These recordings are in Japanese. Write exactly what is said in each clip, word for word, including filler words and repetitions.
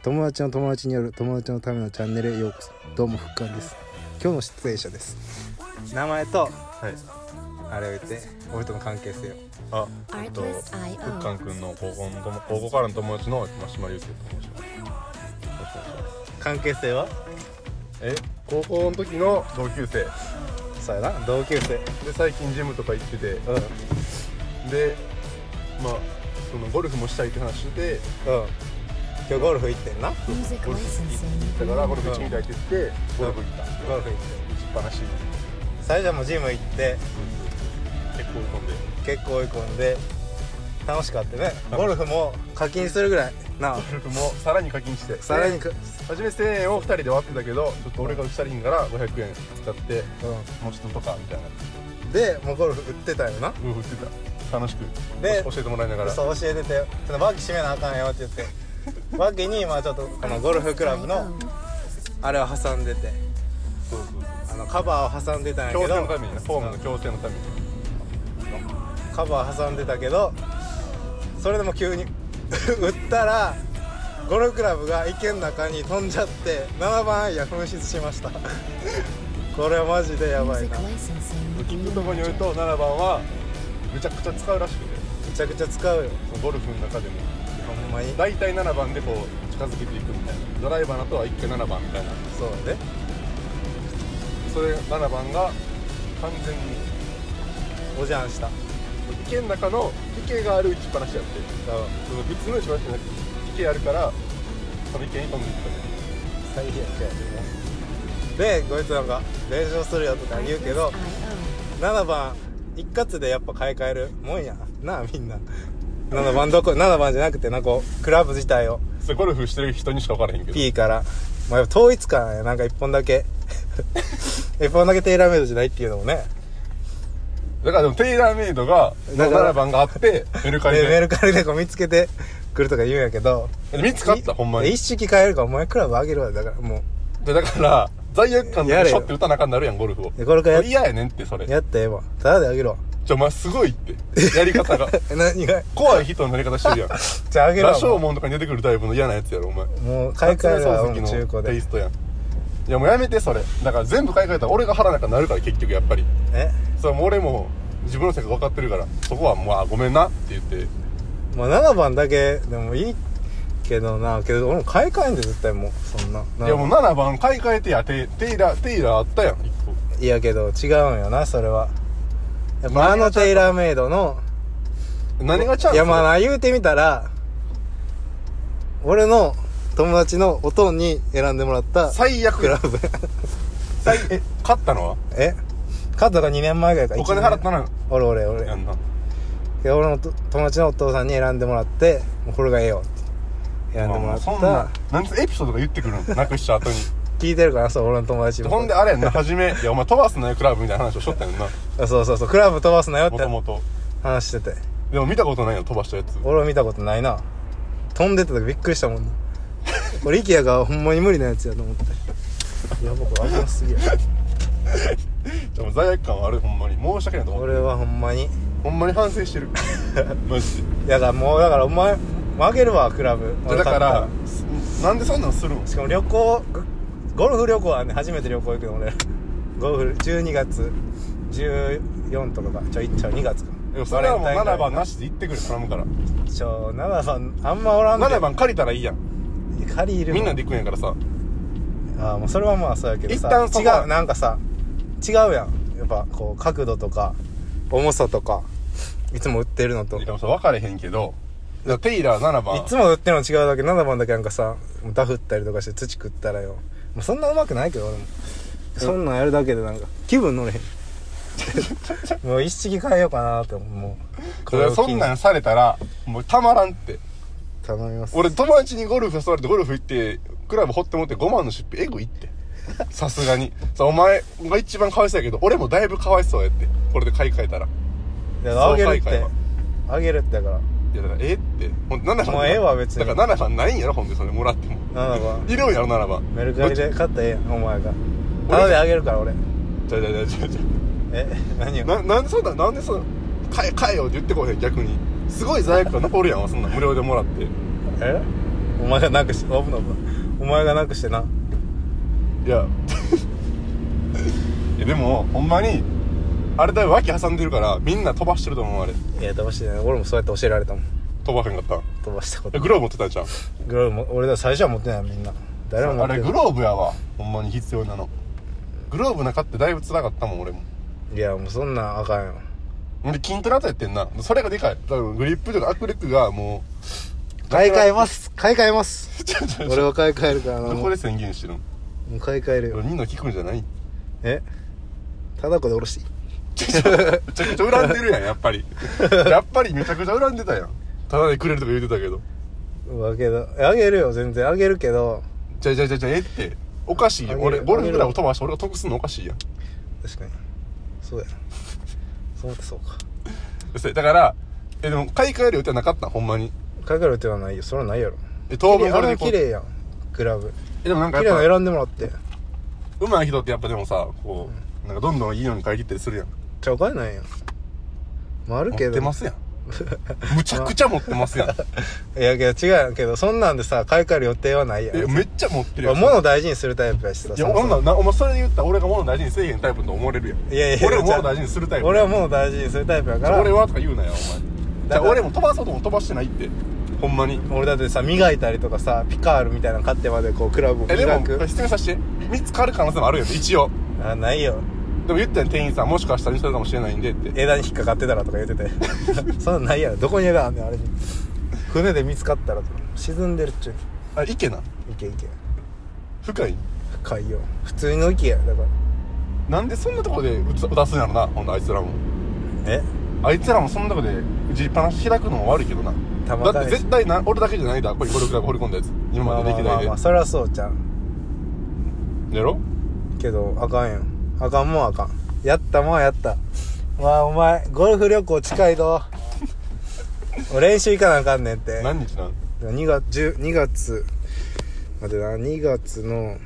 友達の友達による友達のためのチャンネルへようこそ。どうもふっかんです。今日の出演者です。名前と、はい、あれを言って俺との関係性を。 あ、えっとふっかんくんの高校の高校からの友達の真島祐介と申します。 関係性はえ高校の時の同級生。 そうやな、同級生で最近ジムとか行ってて、うん、でまあそのゴルフもしたいって話してて、うん、今日ゴルフ行ってんな。ゴルフ行ったからゴルフ行ってみたいって言って、ゴルフ行った。ゴルフ行って打ちっぱなし。 最初もジム行って、 うん、結構追い込んで結構追い込んで楽しかったね。ゴルフも課金するぐらいな。 ゴルフもさらに課金してさらにか初めせんえんをふたりで割ってたけど、ちょっと俺が打ち足りんからごひゃくえん使って、うん、もうちょっととかみたいなでもうゴルフ売ってたよな。 ゴルフ売ってた。楽しくで教えてもらいながら。 そう教えてて、ちょっとバッギ閉めなあかんよって言ってバッギにまあちょっとこのゴルフクラブのあれを挟んでて、そうそうそう、あのカバーを挟んでたんやけど、 矯正のためにね、フォームの矯正のためにカバー挟んでたけど、それでも急に打ったらゴルフクラブが池の中に飛んじゃってななばんアイアン紛失しましたこれはマジでやばいな。 聞くとこによるとななばんはめちゃくちゃ使うらしくて、 めちゃくちゃ使うよゴルフの中でも。 ほんまにだいたいななばんでこう近づけていくみたいな。ドライバーの後はいっかいななばんみたいな。 そうね。 それななばんが完全におじゃんした。 池の中の池がある打ちっぱなしやって、その普通の打ちっぱなしじゃなくて池あるからその池に飛んでいったね。 最悪やで、こいつなんか練習するよとか言うけど、ななばん一括でやっぱ買い替えるもんやなあ、みんな。ななばんどこななばんじゃなくてな、こうクラブ自体をそれゴルフしてる人にしか分からへんけど P から、まあ、統一感やなんか一本だけ一本だけテーラーメイドじゃないっていうのもね。 だからでもテーラーメイドがななばんがあってメルカリでメルカリでこう見つけてくるとか言うんやけど、 見つかったほんまに一式買えるからお前クラブあげるわ。だからもうでだから罪悪感でショッて打たなあかんなるやんゴルフを。 これから嫌やねんってそれやったらええわ。ただであげるわ。 じゃお前すごいってやり方が何が怖い人のやり方してるやんじゃああげるわ。 羅生門とかに出てくるタイプの嫌なやつやろお前。 もう買い替えるわ。 中古でテイストやん。いやもうやめてそれ。だから全部買い替えたら俺が払わなきゃなるから結局やっぱり。 えそうもう俺も自分の世界分かってるからそこはもうあごめんなって言って。 まあななばんだけでもいいけどな。けど俺も買い替えんで絶対もうそんな。 いやもうななばん買い替えてや。テテイラーテイラーあったやんいっこ。 いやけど違うんよなそれは。やっぱあのテイラーメイドの何がチャンス。 いやまあな言うてみたら俺の友達のおとんに選んでもらった最悪クラブ最え勝ったのはえ勝ったのがにねんまえぐらいか。 お金払ったの俺俺俺やんな。 で俺の友達のお父さんに選んでもらってもうこれがええよって選んでもらった。 そんな何つエピソードが言ってくるのなくした後に聞いてるから。そう俺の友達もほんであれやんな初めいやお前飛ばすなよクラブみたいな話をしとったやんなそうそうそうクラブ飛ばすなよってもともと話してて。 でも見たことないよ飛ばしたやつ。 俺は見たことないな。飛んでた時びっくりしたもんなこれ IKEA がほんまに無理なやつやと思ってやばこれ危なすぎやでも罪悪感はあるほんまに申し訳ないと思って。 俺はほんまにほんまに反省してるマジで。 だからもうだからお前あげるわクラブ。 だからなんでそんなんするの。 しかも旅行ゴルフ旅行はね初めて旅行行くの俺ゴルフじゅうにがつじゅうよっかとかちょいちょにがつか。 でもそれはもうななばんなしで行ってくれ頼むから。 ちょななばんあんまおらんで。 ななばん借りたらいいやん。 借りるみんなで行くんやからさ。 ああもうそれはまあそうやけどさ、 一旦そこ違うなんかさ違うやんやっぱこう角度とか重さとかいつも売ってるのと。 いやもう分かれへんけどテイラーななばんいつも売ってるの違うだけ。ななばんだけなんかさダフったりとかして土食ったらよ。もうそんなうまくないけど俺もそんなんやるだけでなんか気分乗れへんもう一式変えようかなって思う。もうそれそんなんされたらもうたまらんって。 頼みます。 俺友達にゴルフ誘われてゴルフ行ってクラブ掘ってもってごまんの出費エグいってさすがにさお前が一番かわいそうやけど俺もだいぶかわいそうやってこれで買い替えたら。いやあげるってあげるってだから。 いやだからええってほんななばんもうええわ別に。 だからななばんないんやろほんでそれもらってもななばんいるんやろななばんメルカリで買ったらええやんお前が。ただであげるから俺。 じゃじゃじゃじゃじゃえ何をななんでそんななんでそんな買え買えよって言ってこへん逆に。すごい罪悪感残るやんそんな無料でもらって。 えお前がなくして危ない危ないお前がなくしてないやいやでもほんまにあれだよ脇挟んでるからみんな飛ばしてると思うあれ。 いや飛ばしてない俺もそうやって教えられたもん。 飛ばへんかった飛ばしたことグローブ持ってたんじゃん。 グローブも俺だ最初は持ってないみんな誰も持ってない。 あれグローブやわほんまに必要なの。グローブなかってだいぶ辛かったもん俺も。 いやもうそんなんあかんよ。 で筋トレ後やってんな。それがでかい。だからグリップとか握力がもう買い替えます買い替えます俺は買い替えるからな。 どこで宣言してるの。 もう買い替えるよ。 みんな聞くんじゃない。 えただこでおろしていい。 めちゃくちゃ恨んでるやんやっぱりやっぱりめちゃくちゃ恨んでたやん。ただでくれるとか言ってたけど。 わけどあげるよ全然あげるけど。 じゃじゃじゃじゃえっておかしいよ。俺ゴルフクラブ飛ばして俺が得すんのおかしいやん。 確かにそうやなそうってそうかだからえでも買い替える予定はなかったほんまに。 買い替える予定はないよ。それはないやろ。 え当分あれ綺麗やんクラブ。 えでもなんかやっぱ綺麗な選んでもらって上手い人ってやっぱでもさこう、うん、なんかどんどんいいのに変えていったりするやん。 ちゃうかいないやん。まあ、あるけど持ってますやんむちゃくちゃ持ってますやんいやけど違うやんけどそんなんでさ買い替える予定はないやん。 えめっちゃ持ってるやん。 物大事にするタイプやしさ。 いやお前お前それで言ったら俺が物大事にせえへんタイプと思われるやん。 いやいや俺も物大事にするタイプ。 俺は物大事にするタイプやから俺はとか言うなよお前。じゃあ俺も飛ばそうとも飛ばしてないってほんまに。 俺だってさ磨いたりとかさピカールみたいなの買ってまでこうクラブを磨く。 えでも質問させてみっつ変わる可能性もあるよね一応。 あないよ。 でも言ったやん店員さんもしかしたらにしたかもしれないんでって枝に引っかかってたらとか言っててそんなんないやろ。どこに枝あんねんあれに。船で見つかったらと沈んでるっちゅう。 あ池な池池深い深いよ普通の池やだから。 なんでそんなとこで打つ出すんやろなほんとあいつらも。 えあいつらもそんなとこで打ちっぱなし開くのも悪いけどな。だって絶対な俺だけじゃないだこれゴルフクラブ掘り込んだやつ今まで歴代で。まあまあまあそりゃそうちゃんやろけどあかんよ。あかんもんあかん。やったもんやった。わあお前ゴルフ旅行近いぞ練習行かなあかんねんって。 何日なんにがつにがつ待ってなにがつの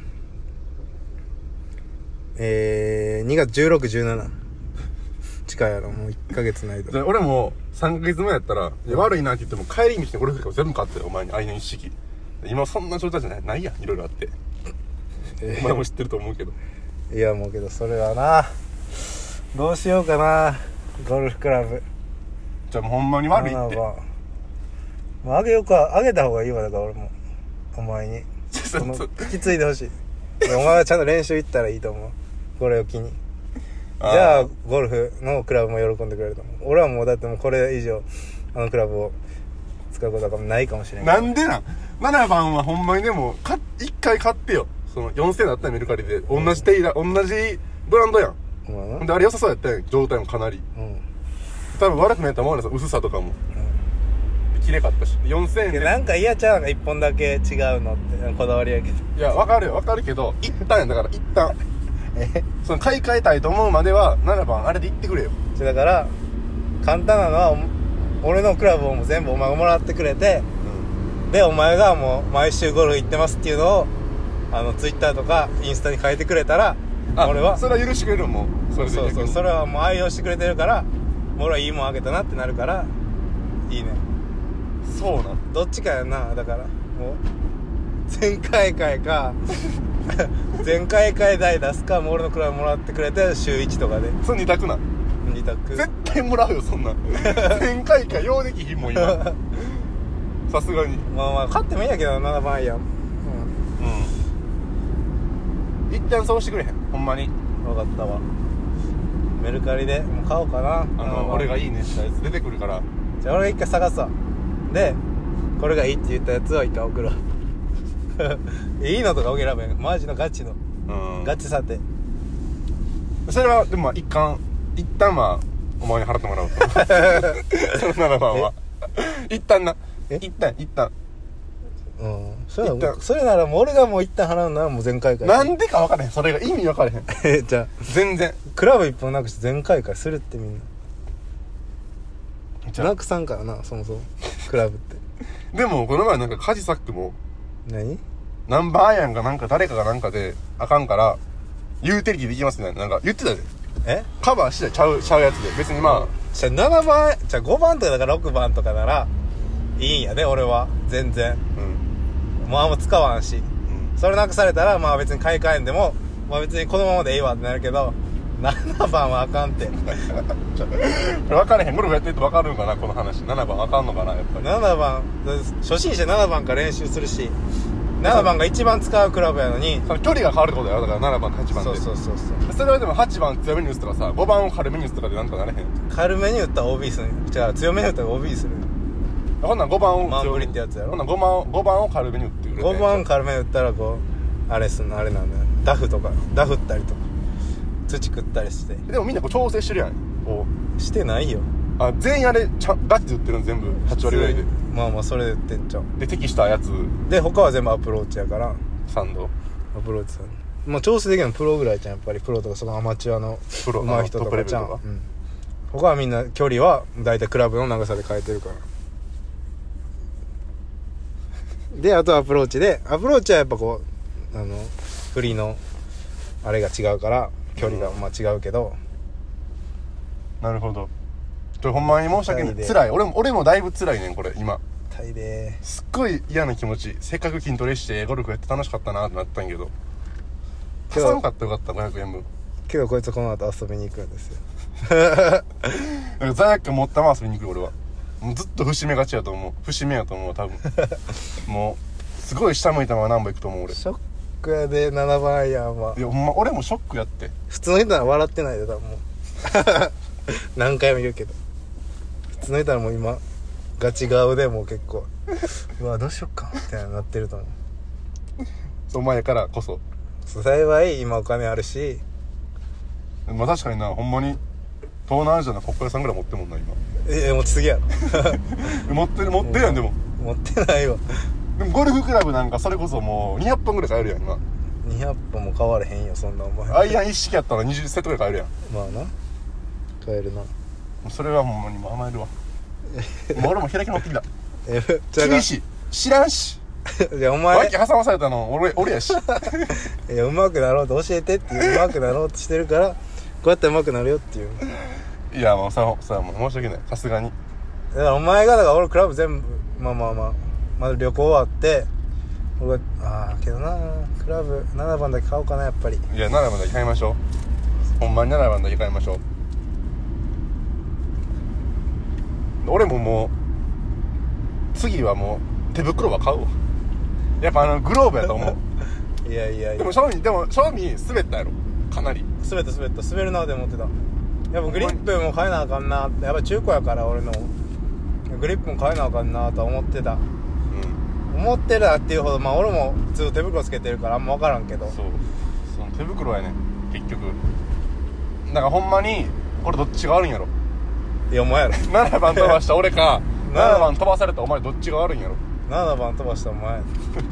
えー、にがつじゅうろく、じゅうしち近いやろ。もういっかげつないと。 俺もさんかげつまえやったらいや悪いなって言っても帰り道でゴルフクラブ全部買ってお前に愛の一式。今そんな状態じゃないないやんいろいろあって、えー、お前も知ってると思うけど。 いやもうけどそれはなどうしようかなゴルフクラブ。 じゃあもうほんまに悪いって。 まああげようか。あげた方がいいわだから俺もお前にその引き継いでほしいお前はちゃんと練習行ったらいいと思うこれを機に。じゃあゴルフのクラブも喜んでくれると思う。俺はもうだってもうこれ以上あのクラブを使うことはないかもしれない。 なんでなんななばんはほんまにでもかいっかい買ってよ。そのよんせんえんだったらメルカリで同じテイラー同じブランドやん。ほ、うんであれ良さそうやったやん状態もかなり、うん、多分悪くないと思うねん薄さとかも、うん、綺麗かったしよんせんえんでなんか嫌ちゃうのいっぽんだけ違うのってこだわりやけど。 いや分かるよ分かるけど一旦やんだから一旦えその買い替えたいと思うまではななばんあれで言ってくれよ。 だから簡単なのは俺のクラブをもう全部お前がもらってくれて、うん、でお前がもう毎週ゴルフ行ってますっていうのをあのツイッターとかインスタに書いてくれたら俺はそれは許してくれるもん。それでそうそうそれはもう愛用してくれてるから俺はいいもんあげたなってなるからいいね。 そうなんどっちかやな。だからもう全開会か全開会代出すかもう俺のクラブもらってくれて週いちとかで。 それに択なに択絶対もらうよそんな全開会ようできひんもん今さすがに。 まあまあ買ってもいいんやけどななばんやん。うん、 うん、一旦そうしてくれへんほんまに。 分かったわ。メルカリでもう買おうかな。 あの俺がいいねしたやつ出てくるから。 じゃあ俺が一回探すわ。でこれがいいって言ったやつを一回送るわいいのとか送らべんマジのガチの、うん、ガチ査定。 それはでも一貫一旦まあお前に払ってもらおうとそのななばんは一旦な一旦一旦うんそれなそれならもう俺がもう一旦払うならもう全開会。 なんでか分からへんそれが意味分からへんじゃあ全然クラブ一本なくして全開会するってみんななくさんからなそもそもクラブってでもこの前なんかカジサックも何ナンバーアイアンかなんか誰かがなんかであかんからユーティリティできますねなんか言ってたで。 えカバーしてちゃうちゃうやつで別にまあじゃあななばんじゃあごばんとかだからろくばんとかならいいんやで俺は全然、 うん、 もうあんま使わんし、 うん、 それなくされたらまあ別に買い替えんでも、まあ、別にこのままでいいわってなるけど、ななばんはあかんって分かれへん。ゴルフやってると分かるんかなこの話。ななばんあかんのかなやっぱり。 ななばん初心者ななばんから練習するし、ななばんが一番使うクラブやのに、 その距離が変わるってことだよ。だからななばんとはちばんで。 そうそうそうそう。 それはでもはちばん強めに打つとかさ、ごばんを軽めに打つとかでなんとかなれへん。 軽めに打ったら オービー する。じゃあ強めに打ったら オービー する。 ほんなんごばんをマンブリってやつやろ。 ほんなんごばん、ごばんを軽めに打ってくれて。 ごばん軽めに打ったらこうあれすんの、あれなんだよ、ダフとかダフったりとか土食ったりして。 でもみんなこう調整してるやん。こうしてないよ。 あ、全員あれちゃんガチで打ってるの全部はち割ぐらいで。 まあまあそれで打ってんちゃう。 で適したやつで他は全部アプローチやから。 サンドアプローチさん、まあ調整できるのプロぐらいじゃん。やっぱりプロとかそのアマチュアのプロ上手い人とかじゃん、 トップレベルとか、 うん、他はみんな距離はだいたいクラブの長さで変えてるからで、あとアプローチで、アプローチはやっぱこうあの振りのあれが違うから距離がまあ違うけど、 なるほど。ちょほんまに申し訳ない。 痛いで辛い。俺も俺もだいぶ辛いねんこれ今。 痛いですっごい嫌な気持ち。せっかく筋トレしてゴルフやって楽しかったなってなったんやけど、 今日寒かったらよかったごひゃくえんぶん。 けどこいつこの後遊びに行くんですよなんか罪悪感持ったまま遊びに行く俺は。もうずっと節目がちやと思う。節目やと思う多分もうすごい下向いたまま何本行くと思う俺。 ショックやでななばんアイアンは。 いやほんま俺もショックやって。 普通の人なら笑ってないで多分もう何回も言うけど、普通の人ならもう今ガチ顔でもう結構うわどうしよっかみたいになってると思う。 お前からこそ。 幸い今お金あるし、 まあ確かにな、ほんまに東南アジアの国家さんぐらい持ってるもんな今。 え持ちすぎやろ持ってる持ってるやん。でも持ってないわ。 でもゴルフクラブなんかそれこそもうにひゃっぽんぐらい買えるやん今。 にひゃっぽんも買われへんよそんなお前。 アイアン一式やったらにじゅうセットぐらい買えるやん。 まあな、買えるな。 もうそれはほんまにもう甘えるわもう俺も開き持ってきた。 えじゃあ厳しい。知らんし。 じゃあお前脇挟まされたの俺俺やしいや上手くなろうと教えてっていう、上手くなろうとしてるからこうやって上手くなるよっていう。 いやもうささもう申し訳ない。さすがにだからお前がだから俺クラブ全部まあまあまあまだ旅行終わって俺がああけどなクラブななばんだけ買おうかなやっぱり。 いやななばんだけ買いましょう。ほんまにななばんだけ買いましょう。俺ももう次はもう手袋は買うわ。やっぱあのグローブやと思ういやいやいやでも正味でも正味滑ったやろかなり。 滑った滑った滑るなって思ってた。やっぱグリップも変えなあかんなって、やっぱ中古やから俺のグリップも変えなあかんなとは思ってた。 うん思ってるなっていうほどまあ俺もずっと手袋つけてるからあんま分からんけど。 そうその手袋やねん結局。だからほんまにこれどっちが悪いんやろ。 いやお前やろななばん飛ばした俺かななばん飛ばされたお前どっちが悪いんやろ。 ななばん飛ばしたお前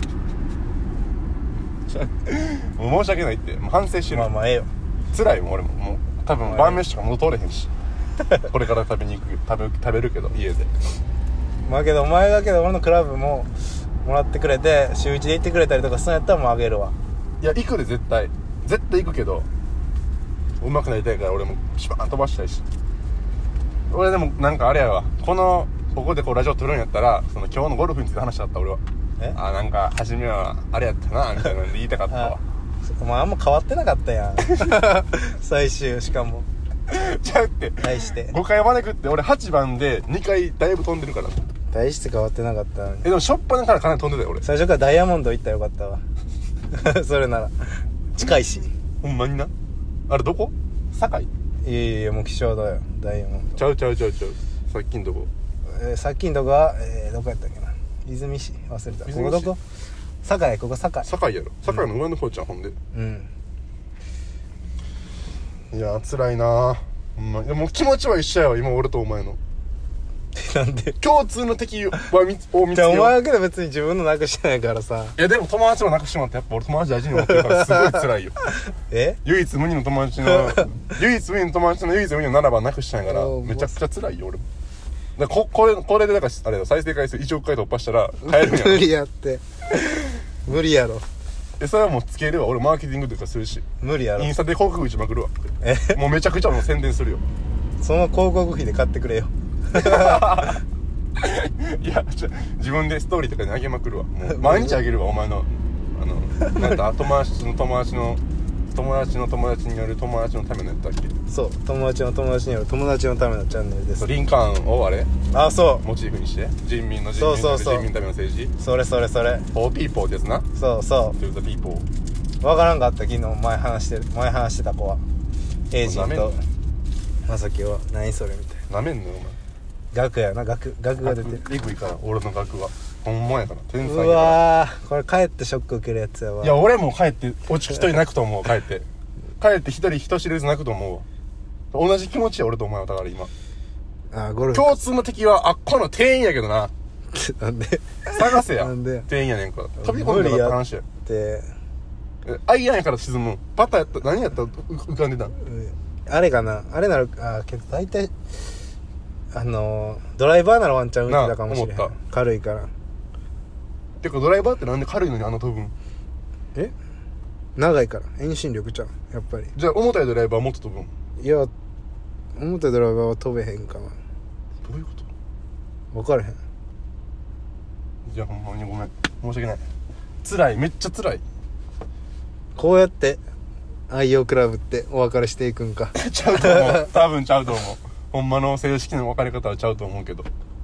もう申し訳ないって。もう反省してる。 まあまあええよ。 辛いもん俺も。もう多分晩飯とか戻通れへんしこれから食べに行く食べ食べるけど家で。 まあけどお前がけど俺のクラブももらってくれて週一で行ってくれたりとかするんやったらもうあげるわ。 いや行くで絶対絶対行くけど上手くなりたいから俺もシュバーン飛ばしたいし。俺でもなんかあれやわ、このここでこうラジオ撮るんやったらその今日のゴルフについて話しちゃった俺は。 えあなんか初めはあれやったなみたいなんで言いたかったわお前あんま変わってなかったやん最終しかもちゃうって対してごかい招くって俺はちばんでにかいだいぶ飛んでるから。 大して変わってなかったのに。 えでもしょっぱなからかなり飛んでたよ俺。 最初からダイヤモンド行ったらよかったわそれなら近いし。 ほんまにな。あれどこ？堺？ いやいやもう希少だよダイヤモンド。 ちゃうちゃうちゃうちゃう。さっきんとこ、 えー、さっきんとこは、えー、どこやったっけな、泉市忘れた。ここどこ？堺。ここ堺。 堺やろ。堺の上の方ちゃん、ほんで。 うんいや辛いなほんま。でも気持ちは一緒やわ今俺とお前の。 なんで共通の敵は見つを見つけよう。 じゃあお前はけど別に自分のなくしてないからさ。 いやでも友達もなくしてもらってやっぱ俺友達大事に持ってるからすごい辛いよえ唯一無二の友達の唯一無二の友達の唯一無二のななばんなくしたんやからおーめちゃくちゃ辛いよ俺も。だからここれこれでだからあれだ再生回数いちおくかい突破したら買えるんやろ無理やって無理やろえそれはもうつけるわ俺。マーケティングとかするし無理やろインスタで広告打ちまくるわ。 えもうめちゃくちゃもう宣伝するよその広告費で買ってくれよいやじゃ自分でストーリーとかにあげまくるわ。もう毎日あげるわお前のあのなんだ友達の友達の友達の友達による友達のためのやったっけ。 そう友達の友達による友達のためのチャンネルです。 リンカーンをあれあそうモチーフにして人民の人民のそうそうそう人民のための政治。 それそれそれフォーピーポーですな。 そうそトゥーザピーポー。 うわからんかった昨日前話して前話してた子はエイジンとまさきは何それみたいなめんのよお前。 額やな額額が出てる。 えぐいから俺の額はほんまやから天才うやから。 わーこれ帰ってショック受けるやつやわ。 いや俺も帰って落ち一人泣くと思う。帰って帰って一人人知れず泣くと思うわ。同じ気持ちや俺とお前は。だから今あゴルフ共通の敵はあっこの店員やけどな。 なんで探せやなんで店員やねんから飛び込んでなかった話や。 でアイアンやから沈むん。パターやった何やったら浮かんでたん。 あれかなあれならあけど大体あのー、ドライバーならワンチャン浮いてたかもしれない。軽いからてかドライバーってなんで軽いのにあの飛ぶん。 え長いから遠心力ちゃうやっぱり。 じゃあ重たいドライバーもっと飛ぶん。 いや重たいドライバーは飛べへんかな。 どういうこと分からへん。 じゃあほんまにごめん申し訳ない。辛いめっちゃ辛い。 こうやって愛用クラブってお別れしていくんかちゃうと思う多分ちゃうと思う。ほんまの正式な別れ方はちゃうと思うけど。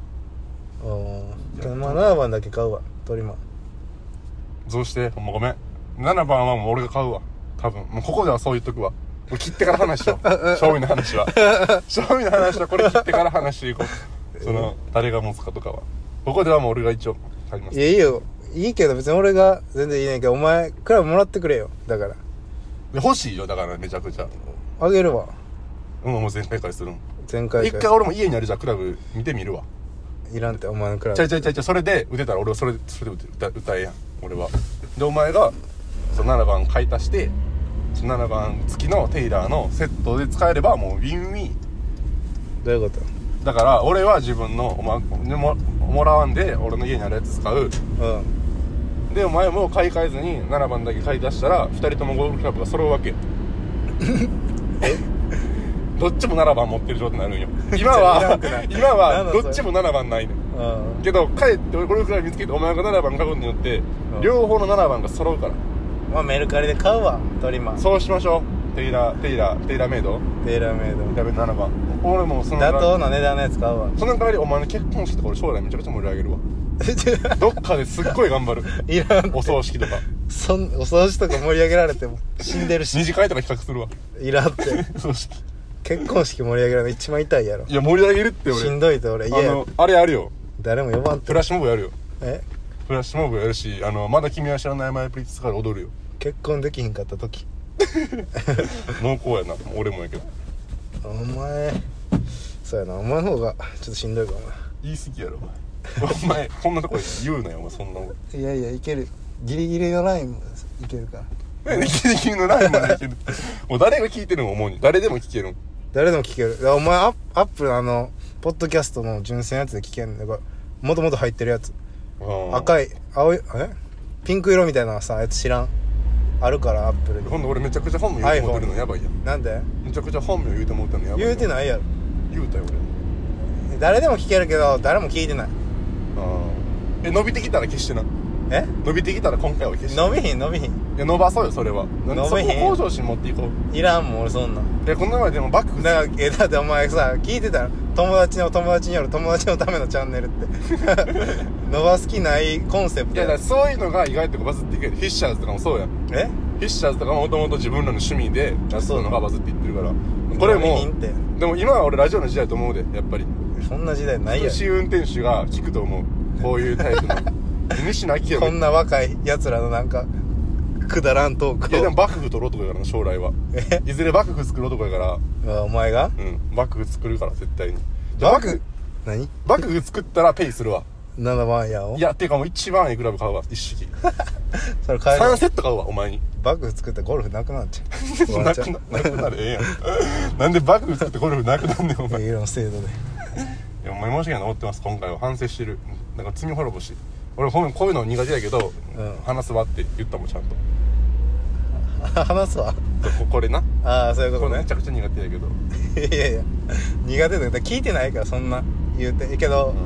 ああまあななばんだけ買うわトリマー。 そうしてほんまごめん。ななばんはもう俺が買うわ多分。もうここではそう言っとくわ。もう切ってから話しよう勝負の話は勝負の話はこれ切ってから話していこう。その誰が持つかとかはここではもう俺が一応買います。 いやいいよいいけど別に俺が全然いいねんけどお前クラブもらってくれよ。だからで欲しいよだからめちゃくちゃ。 あげるわ。 うんもう全回返するん。 全回一回俺も家にあるじゃんクラブ見てみるわ。 いらんってお前のクラブちゃいちゃいちゃいちゃいそれで打てたら俺はそれそれで歌歌えやん俺は。でお前がそのななばん買い足してそのななばん付きのテイラーのセットで使えればもうウィンウィン。 どういうこと。 だから俺は自分のお前ももらわんで俺の家にあるやつ使う。 うんでお前も買い替えずにななばんだけ買い足したらふたりともゴルフクラブが揃うわけえどっちもななばん持ってる状態になるんよ今は今はどっちもななばんないのけど帰って俺ゴルフクラブ見つけてお前がななばん買うことによって両方のななばんが揃うから。 まあメルカリで買うわトリマー。 そうしましょう。テイラーテイラーテイラーメイドテイラーメイドテイラーメイドななばん。俺もその妥当な値段のやつ買うわ。 その代わりお前の結婚式とか俺将来めちゃくちゃ盛り上げるわどっかですっごい頑張るいらんお葬式とかそんお掃除とか盛り上げられても死んでるし二次会とか企画するわいらんって葬式結婚式盛り上げられるの一番痛いやろ。 いや盛り上げるって俺しんどいと俺あのあれあるよ誰も呼ばんとフラッシュモブやるよ。 えフラッシュモブやるしあのまだ君は知らないマイプリッツから踊るよ結婚できひんかった時濃厚やな俺もやけどお前そうやなお前の方がちょっとしんどいかもな。 言い過ぎやろお前こんなとこで言うなよお前そんなもん。 いやいやいけるギリギリのラインもいけるからギリギリのラインまでいけるもう誰が聞いてるの思うに誰でも聞けるん。 誰でも聞ける。お前アップアップのあのポッドキャストの純正のやつで聞けんのがもともと入ってるやつ赤い青いえピンク色みたいなさやつ知らんあるからアップルに。 今度俺めちゃくちゃ本名言うてもうてるのやばいやん。 なんでめちゃくちゃ本名言うてもうてるのやばい。 言うてないやろ。 言うたよ俺。 誰でも聞けるけど誰も聞いてない。 ああえ伸びてきたら消してな。 え伸びてきたら今回は消して伸びひん伸びひん。 いや伸ばそうよそれは。 伸びひん。 そこ向上心持っていこう。 いらんもん俺そんなん。 いやこの前でもバックだからえだってお前さ聞いてたら友達の友達による友達のためのチャンネルって伸ばす気ないコンセプト。 いやだからそういうのが意外とバズっていける。フィッシャーズとかもそうやん。 えフィッシャーズとかももともと自分らの趣味でやってたのがバズっていってるからこれもでも今は俺ラジオの時代と思うでやっぱりそんな時代ないやん。 タクシー運転手が聞くと思うこういうタイプの西野昭弘こんな若い奴らのなんかくだらんトークを。 いやでも幕府取る男やからな将来は。 えいずれ幕府作る男やからお前がうん幕府作るから絶対に。 幕府何幕府作ったらペイするわ。 ななばんやをいやっていうかもう一番ええクラブ買うわ一式それ買えるさんセット買うわお前に。 幕府作ったらゴルフなくなっちゃうなくななくなるええやんなんで幕府作ってゴルフなくなんねんお前。い色の制度でやお前申し訳ないと思ってます今回は反省してる。なんか罪滅ぼし俺こういうの苦手やけど、うん、話すわって言ったもんちゃんと話すわここれなああそういうことね。 これめちゃくちゃ苦手やけどいやいや苦手だけど聞いてないからそんな言うてけど、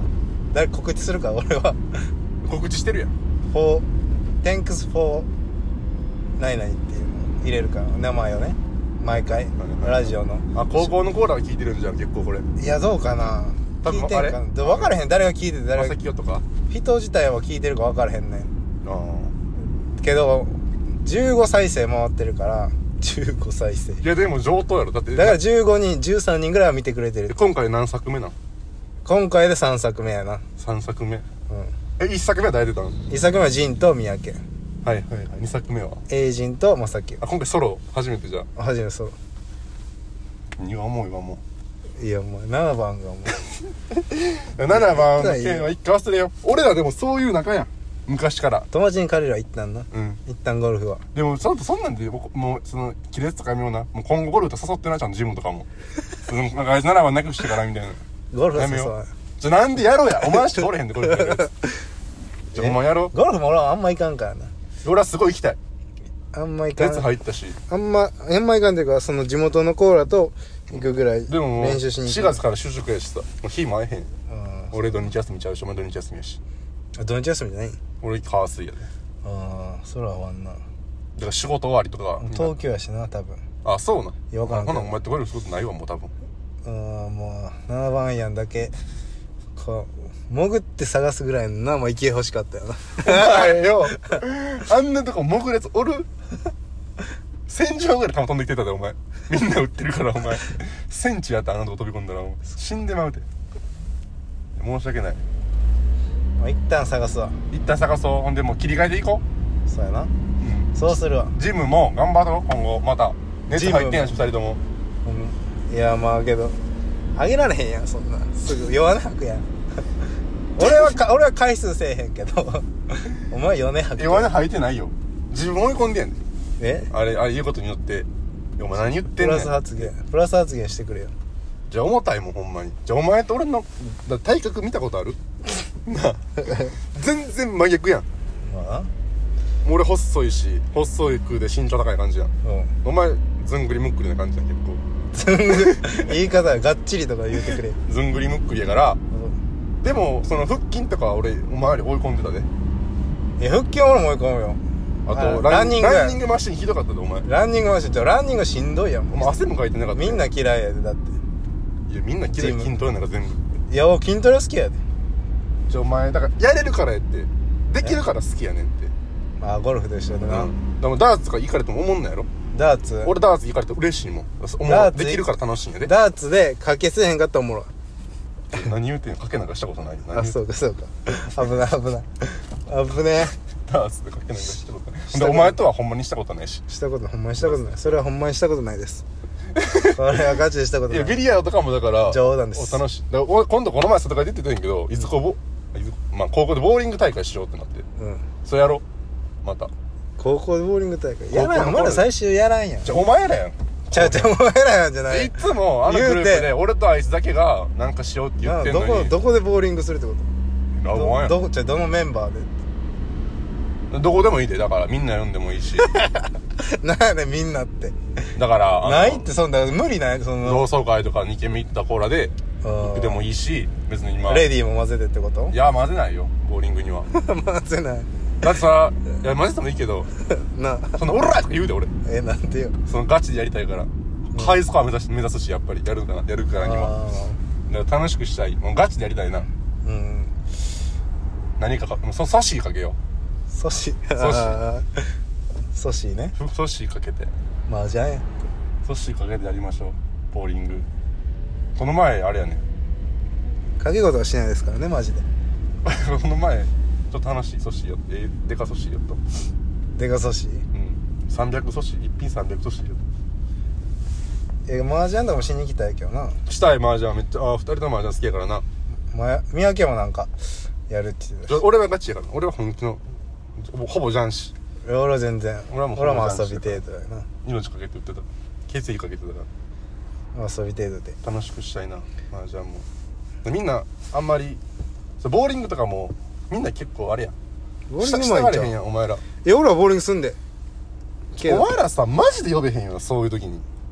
誰告知するか俺は告知してるやん for thanks for 何々っていうのを入れるから名前をね毎回ラジオのあ高校のコーラが聞いてるんじゃん結構これいやどうかな多分聞いてんかな分からへん誰が聞いてて誰がまさきよとか人自体は聞いてるか分からへんねんあけどじゅうご再生回ってるからじゅうご再生いやでも上等やろだってだからじゅうごにんじゅうさんにんぐらいは見てくれてる今回何作目なん今回でさんさくめやなさんさくめうんえいっさくめは誰出たのいっさくめは仁と三宅はいはいはいにさくめは栄仁と正樹あ今回ソロ初めてじゃあ初めそういやもう今もういやもうななばんがもうななばんの件は一回忘れよう俺らでもそういう仲やん昔から友達に借りるわ一旦なうん一旦ゴルフはでもちゃんとそんなんでもうもうその亀裂とかやめようなもう今後ゴルフと誘ってなちゃんとジムとかもそのなんかあいつななばんなくしてからみたいなゴルフはやめよそうじゃあなんでやろうやお前しかおれへんでゴルフやるやつじゃあお前やろうゴルフも俺はあんまいかんからな俺はすごい行きたいあんまいかん熱入ったしあんまあんまいかんっていうかその地元のコーラと行くぐらいでももう練習しに行くしがつから就職やしさもう日も会えへんうん俺土日休みちゃうしお前土日休みやしあ土日休みじゃない俺火水やでああそら終わんなだから仕事終わりとか東京やしな多分あそうなんいやわからんけどほなお前ってゴルフすることないわもう多分うんもうななばんアイアンだけこう潜って探すぐらいのなもう行き欲しかったよなお前よあんなとこ潜るやつおる戦場ぐらい球飛んできてたでお前みんな撃ってるからお前センチやったらあんなとこ飛び込んだらもう死んでまうて申し訳ないまあ一旦探すわ一旦探そうほんでもう切り替えていこそうやなう、うん、 そうするわジムも頑張ろう今後また熱入ってんやしふたりともうんいやまあけどあげられへんやんそんなすぐ弱音吐くやん俺はか俺は回数せえへんけどお前弱音吐く弱音吐いてないよ自分追い込んでんねんえあれあれ言うことによってお前何言ってプラんねんス発言プラス発言してくれよじゃあ重たいもんほんまにじゃあお前と俺のだ体格見たことあるなあ全然真逆やんまあ俺細いし細い空で身長高い感じやんうんお前ずんぐりむっくりな感じやん結構ずんぐ言い方はがっちりとか言うてくれずんぐりむっくりやからうんでもその腹筋とかは俺お前より追い込んでたでいや腹筋は俺も追い込むよあとあランランニングランニングマシンひどかったでお前ランニングマシンちょランニングしんどいやんお前汗もかいてなかったみんな嫌いやでだっていやみんな嫌いジム筋トレなんか全部いや俺筋トレ好きやでじゃあお前だからやれるからやってできるから好きやねんってまあゴルフと一緒でな、 でもダーツとか行かれても思んないやろダーツ俺ダーツ行かれて嬉しいもんお前ダーツできるから楽しいんやでダーツで賭けせえへんかったらおもろい何言うてんの賭けなんかしたことないよ何言あうてんのそうかそうか危ない危ない危ねダーツで賭けなんかしたことないでお前とはほんまにしたことないしえしたことほんまにしたことないそれはほんまにしたことないですこれはガチでしたこといないやビリヤードとかもだから冗談ですお楽しいだから俺今度この前外から出てたんやけどいずこぼいずまあ高校でボーリング大会しようってなってうんそれやろうまた高校でボーリング大会や高校のらんまだ最終やらんやんじゃあお前らやんちゃうちゃうお前らやんじゃないいつもあのグループ言うてで俺とあいつだけがなんかしようって言ってんのなにどこどこでボーリングするってこラボワンやとどどこじゃあどのメンバーでどこでもいいでだからみんな呼んでもいいしなんやねんみんなってだからあのないってそんな無理ないそ同の窓会とかに軒目行ったコーラで行くでもいいし別に今レディーも混ぜてってこといや混ぜないよボーリングには混ぜないだってさいや混ぜてもいいけどなそのオラーとか言うで俺えなんてよそのガチでやりたいからハイスコア目指し目指すしやっぱりやるからやるからにはあだから楽しくしたいもうガチでやりたいなーうん何かかもうそソシーかけよソシソシソシねうソシーかけて麻雀やソシーかけてやりましょうボーリングこの前あれやね掛け事はしないですからねマジでこの前ちょっと話ソシーよってえデカソシーよとデカソシうんさんびゃくソシー一品さんびゃくソシーよえ麻雀とかもしに行きたいけどなしたい麻雀めっちゃあ二人とも麻雀好きやからなま三宅もなんかやるって言ってたし俺はガチやから俺は本気のほぼほぼ雀士俺は全然俺はもう俺はもう遊び程度やな命かけて売ってた血液かけてたか遊び程度でら楽しくしたいな麻雀もみんなあんまりそうボーリングとかもみんな結構あれやんボーリングしたがれへんうまいんちゃうやんお前らいや俺はボーリングすんでけどお前らさマジで呼べへんよなそういう時に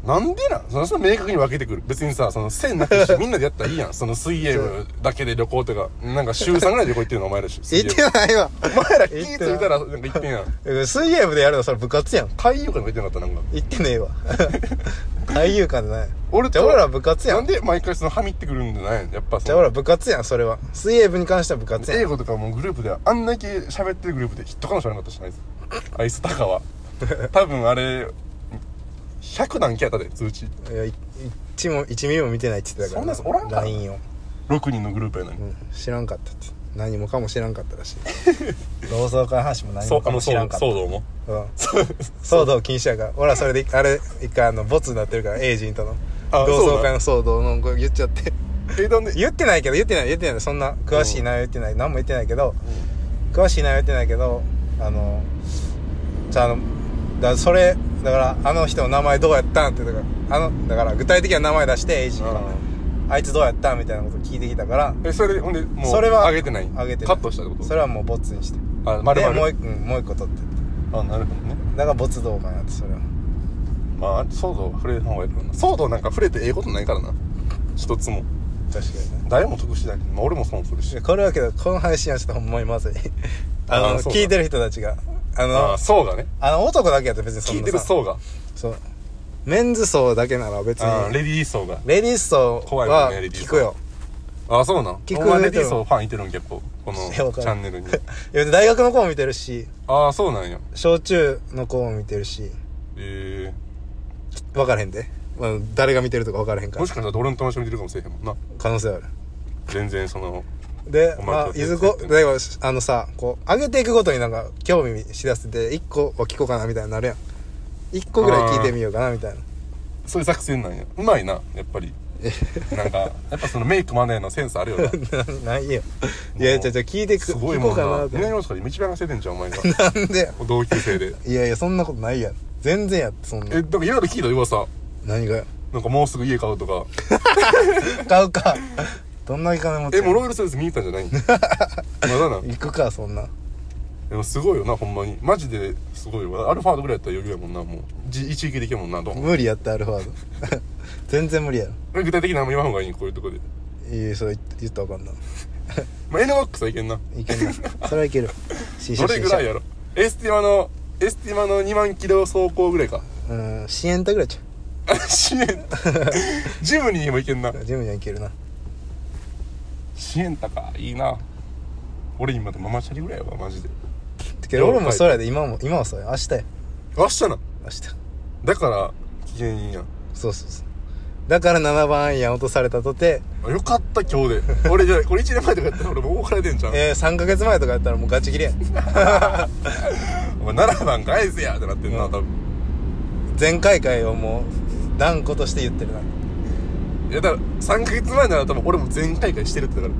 なんでなんそのその明確に分けてくる。別にさ、その線なくしてみんなでやったらいいやん。その水泳部だけで旅行とか、なんか週さんぐらいで旅行行ってるのお前らし。 行ってないわ。 お前ら気ぃついたらなんか行ってんやん。 水泳部でやるのそれ部活やん。 海遊館とか行ってなかったなんか。 行ってねえわ。海遊館でない。 俺じゃあ俺ら部活やん。 なんで毎回そのはみってくるんじゃないやっぱその。 じゃあ俺ら部活やん、それは。水泳部に関しては部活やん。 英語とかもグループであんだけ喋ってるグループでヒットかもしれなかったしないです。あいつ高は。多分あれ、ひゃく何件やったで、通知。 いや、一も、一ミリも見てないって言ってたから。 そんなやつおらんからライン を。 ろくにんのグループやのに。 うん、知らんかったって。何もかも知らんかったらしい。同窓会の話も何もかも知らんかった。 騒動も。 うん。騒動禁止やから。俺はそれで、あれ、一回あの、ボツになってるから、エイジンとの。同窓会の騒動のこれ言っちゃって。 え、なんで言ってないけど、言ってない、言ってない。そんな、詳しい内容言ってない。何も言ってないけど、うん、詳しい内容言ってないけど、あの、じゃあ、あの、だからそれ、だから、あの人の名前どうやったんって言ったから、あの、だから具体的な名前出して、エイジンが、あいつどうやったんみたいなこと聞いてきたから、 え、それで、ほんで、もう、 それは、 上げてない上げてない。 カットしたってこと？ それはもうボツにして。 あ、丸々。 で、もう一個、うん、もう一個撮って。 あ、なるほどね。 だからボツ動画やって、それは。 まあ、騒動は触れる方がいいからな。騒動なんか触れてええことないからな。一つも。 確かにね。 誰も得しないけど、まあ俺も損するし。 これはけど、この配信はちょっとほんまにまずい。あの、聞いてる人たちが。あの、 あ、層がね。 あの、男だけやったら別にそんな聞いてる層が。 そう。メンズ層だけなら別に。 あ、レディー層が。 レディー層は聞くよ。 あ、そうなん。 聞く。 お前レディー層ファンいてるん結構。このチャンネルに。いや、大学の子も見てるし。 ああ、そうなんや。 小中の子も見てるし。 ええ。分からへんで。まあ、誰が見てるとか分からへんから。 もしかしたらドルンとの人見てるかもしれへんもんな。 可能性ある。 全然その。 で、まあ、いずこ、でも、あのさ、こう、上げていくごとになんか、興味しだせて、一個は聞こうかな、みたいになるやん。一個ぐらい聞いてみようかな、みたいな。 そういう作戦なんや。うまいな、やっぱり。なんか、やっぱそのメイクマネーのセンスあるよな。ないよ。いや、じゃじゃ聞いてく、 すごいもんな。南大阪で道がせてんじゃん、お前が。 なんで同級生で。 いやいや、そんなことないやん。全然やって、そんな。 え、でもいろいろ聞いた噂。 何がなんかもうすぐ家買うとか。 買うか。どんな金持ち？ え、もうロイヤルセールス見に行ったんじゃないんまだな。 行くか、そんな。 でもすごいよな、ほんまに。マジですごいわ。アルファードぐらいやったら余裕やもんな、もう。じ一撃できるもんな、どう無理やった、アルファード。全然無理やろ。 具体的なのも言わんほうがいい、こういうとこで。 いい、それ言ったらあかんな。 まあ、エヌワックスはいけんな。 いけんな。それはいける。 どれぐらいやろ。エスティマの、エスティマのにまんキロ走行ぐらいか。 うん、シエンタぐらいちゃう。シエンタジムにもいけんな。 ジムにはいけるな。 シエンタか、いいな。俺今でママチャリぐらいやわ、マジで。 けど俺もそれやで、今も、今はそうや。明日や。 明日な。 明日。 だから、機嫌いいやん。 そうそうそう。だからななばんアイアン落とされたとて。 よかった、今日で。俺じゃこれいちねんまえとかやったら俺もう大払いでんじゃん。 えー、さんかげつまえとかやったらもうガチ切れやん。 お前ななばん返せやってなってんな、うん、多分。 前回回をもう、断固として言ってるな。 いや、だからさんかげつまえなら多分俺も全開会してるってだから。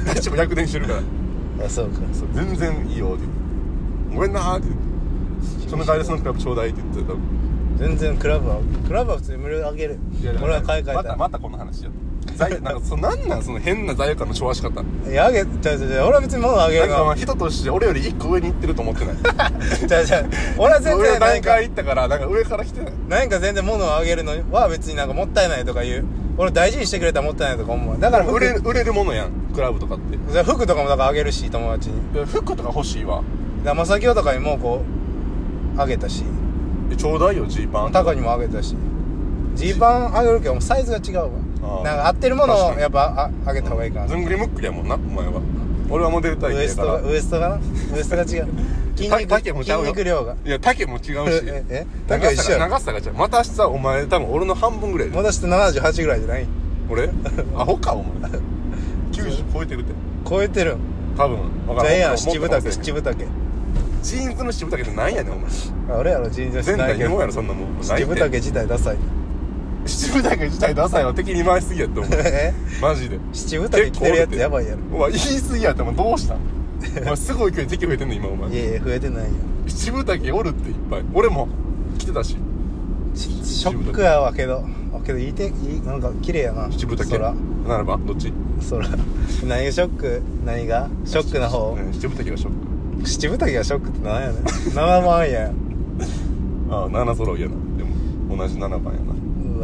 大丈夫、逆転してるから。 あ、そうか。 そう、全然いいよって。ごめんなーって言って。その代わりそのクラブちょうだいって言ってた。 全然クラブはクラブは普通に無料であげる。いや俺は買い替えたまたまたこの話や罪なんかそなんなんその変な罪悪感の調和し方。 いやあげじゃじゃじゃ俺は別に物あげるなんか人として俺より一個上に行ってると思ってないじゃじゃ俺は全然上段階行ったからなんか上から来てない何か全然物をあげるのは別になんかもったいないとか言う俺大事にしてくれたらもったいないとか思うだから売れる売れるものやんクラブとかってじゃ服とかもだからあげるし友達に服とか欲しいわだまさきおとかにもこうあげたしちょうだいよジーパンタカにもあげたしジーパンあげるけどサイズが違うわなんか合ってるものをやっぱああげた方がいいかなずんぐりむっくりやもんなお前は俺はモデル体型やからウエストがウエストが違う筋肉丈も違うよ筋肉量がいや丈も違うしええ丈は一緒や長さが違うまたさお前多分俺の半分ぐらいでまたしてななじゅうはちぐらいじゃない俺アホかお前きゅうじゅう超えてるって超えてる多分じゃあええやん七分丈七分丈ジーンズの七分丈って何やねんお前あ俺やろジーンズ全体にもやろそんなもん七分丈自体ダサい七分丈自体ダサいわ敵に回しすぎやって思うえマジで七分丈着てるやつやばいやろお前言い過ぎやってお前どうしたんお前すごい勢いで敵増えてんの今お前いやいや増えてないよ七分丈おるっていっぱい俺も着てたしショックやわけどけどいいていいなんか綺麗やな七分丈ならばどっち空何がショック何がショックな方七分丈がショック七分丈がショックって何やねんななばんやああなな揃いやなでも同じななばんやな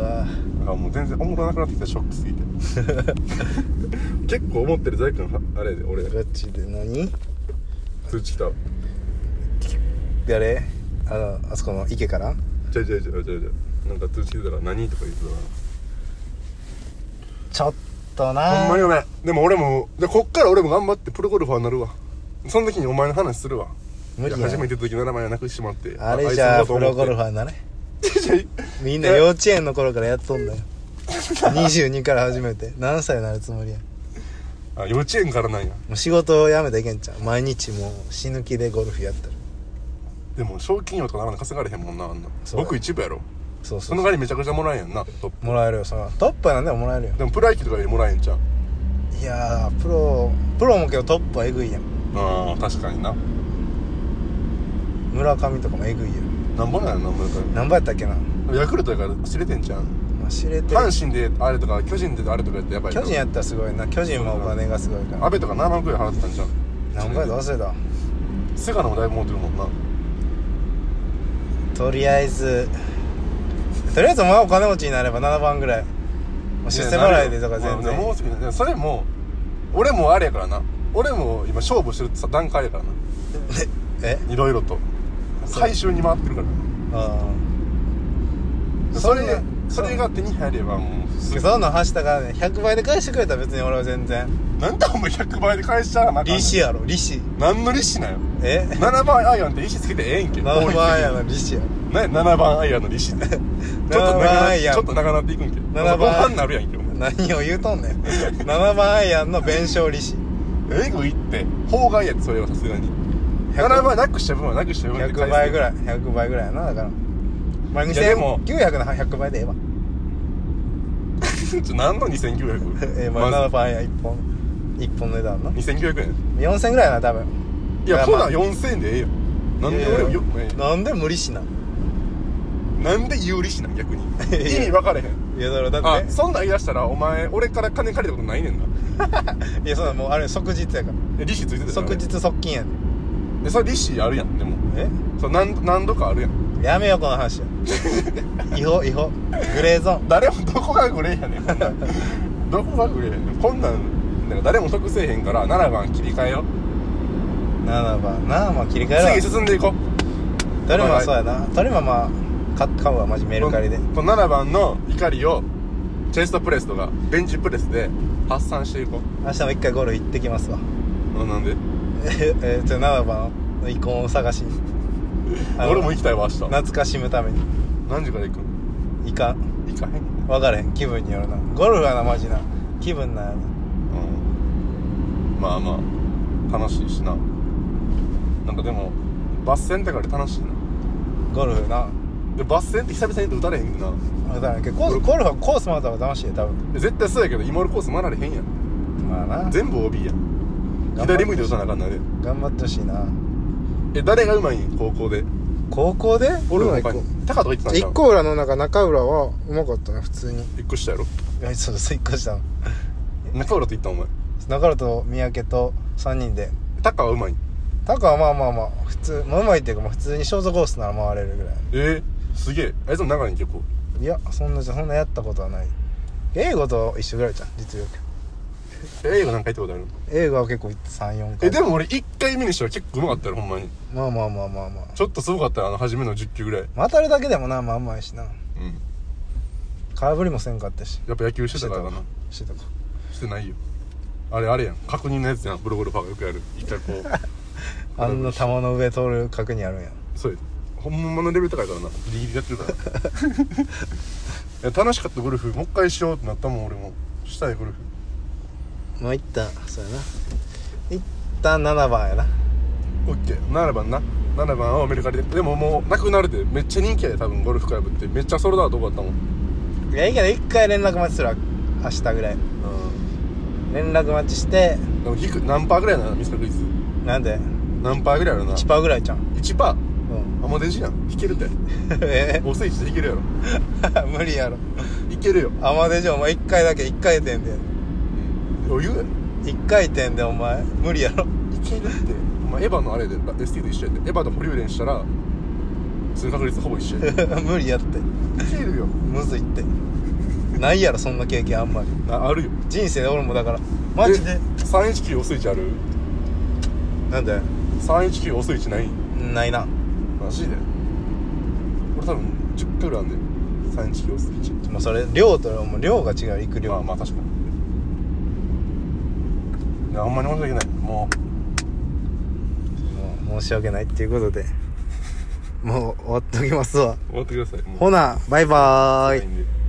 わあもう全然おもろなくなってきたショックすぎて結構思ってる在君あれで俺ガチで何通知来た誰あのあそこの池からちゃうちゃうちゃうちゃうちゃうなんか通知来てたら何とか言ってたからちょっとなほんまにごめんでも俺もでこっから俺も頑張ってプロゴルファーになるわその時にお前の話するわ無理や初めての時ななまん円なくしてしまってあれじゃあプロゴルファァーなれみんな幼稚園の頃からやっとんだよにじゅうにから始めて何歳になるつもりやあ幼稚園からなんやもう仕事を辞めたらいけんちゃう毎日もう死ぬ気でゴルフやってるでも賞金王とかなかなか稼がれへんもんなあんな僕一部やろそうそうそうその代わりめちゃくちゃもらえんやんなトップもらえるよそのトップは何でももらえるよでもプロ野球とかよりもらえんちゃういやープロプロもけどトップはえぐいやんああ確かにな村上とかもえぐいやんなんぼなんやろな村上何倍やったっけな、 ヤクルトやから知れてんじゃんまあ、知れてる阪神であれとか巨人であれとかやってやばい巨人やったらすごいな巨人もお金がすごいから安倍とかななまんくらい払ってたんじゃん何倍だ忘れた菅野もだいぶ持ってるもんなとりあえずとりあえずお前お金持ちになればななばんぐらい出世払いでとか全然もうすぐそれも俺もあれやからな俺も今勝負してる段階やからなえいろいろと回収に回ってるからああそれそれが手に入ればもうすぐそんなん走ったからねひゃくばいで返してくれたら別に俺は全然なんでお前ひゃくばいで返しちゃうな利子やろ利子何の利子なよえななばんアイアンって利子つけてええんけななばんやの利子やねななばんアイアンの利子ってちょっと長なちょっと長なっていくんけななばんごばんになるやんけ何を言うとんねんななばんアイアンの弁償利子えぐいって法外やってそれはさすがにななばんなくした分はなくした分ひゃくばいぐらいひゃくばいぐらいやなだからまあにせんきゅうひゃくのひゃくばいでええわちょ何のにせんきゅうひゃくえー、まあななばんアイアンいっぽんいっぽんの値段なにせんきゅうひゃくえんよんせんぐらいやな多分いやまあほなよんせんえんでええよなんで俺よえなんで無利子なんなんで有利子なん逆に意味分かれへんいやだからだあってそんなん言い出したらお前俺から金借りたことないねんないやそんなもうあれ即日やからえ利子ついてたよ即日即金やねでそれ利子あるやんでもえそう何何度かあるやんやめようこの話や違法違法グレーゾーン誰もどこがグレーやねんこんなんどこがグレーやねんこんなんなんか誰も得せえへんからななばん切り替えよななばんなまあ切り替えろ次進んでいこうトリマはそうやなトリマまあ買買うわマジメルカリでこのななばんの怒りをチェストプレスとかベンチプレスで発散していこう明日も一回ゴルフ行ってきますわあなんでええじゃあななばんのイコンを探しに俺も行きたいわ明日懐かしむために何時から行くん行かん行かへん分からへん気分によるなゴルフはなマジな気分なんやなうんまあまあ楽しいしななんかでもバス戦とかで楽しいなゴルフなでバス戦って久々に打たれへんけどなあだからけどコースゴルフはコース回った方が楽しいよ多分で絶対そうやけど今俺コース回られへんやんまあな全部 オービー やん左向いて打たなあかんなで頑張ってほしいなえ誰がうまいん高校で高校で俺も一個高とか言ってたんじゃん一個裏のなんか中浦はうまかったね普通に一個下やろいやそうそう一個したの中浦と言ったんお前中浦と三宅とさんにんで高はうまいんタカはまあまあまあ普通まあうまいっていうかまあ普通にショートコースなら回れるぐらいえー、すげえあいつも長いん結構いやそんなそんなやったことはない英語と一緒ぐらいじゃん実力え英語なんか言ったことある英語は結構さんよんかいえでも俺いっかいめにしては結構うまかったよほんまにまあまあまあまあまあちょっとすごかったよあの初めのじゅっきゅうぐらい当たるだけでもなまあうまいしなうん空振りもせんかったしやっぱ野球してたからなしてたかしてないよあれあれやん確認のやつやんプロゴルファーがよくやる一回こうあんな球の上通る確認あるんやそうや本物のレベル高いからなギリギリやってるからいや楽しかったゴルフもう一回しようってなったもん俺もしたいゴルフまあ一旦そうやな一旦ななばんやなオッケーななばんなななばんをメルカリででももうなくなるでめっちゃ人気やで多分ゴルフクラブってめっちゃソロダート多かったもんいやいいけど一回連絡待ちするわ明日ぐらい連絡待ちしてでも低く何パーぐらいなのミスタークイズなんで何パーぐらいあるないちパーセント ぐらいじゃんいちパーうんあもうデジやん引けるってえおスイッチで引けるやろ無理やろいけるよアマデジお前一回だけ一回転で余裕や一回転でお前無理やろいけるってお前エヴァのあれで エスティー と一緒やでエヴァと保留練したらその確率ほぼ一緒やで無理やっていけるよむずいってないやろそんな経験あんまり。 ああるよ人生で俺もだからマジで。 さんいちきゅうオスイチある？ なんでさんいちきゅうオスイチない？ ないな。 マジで俺多分じゅっかいぐらいあんでさんいちきゅうオスイチ。 もうそれ量ともう量が違う。行く量。 まあまあ確かに。いやあんまり申し訳ない。もうもう申し訳ないっていうことでもう終わっときますわ。 う終わってください。もうほなバイバーイ。 ないんで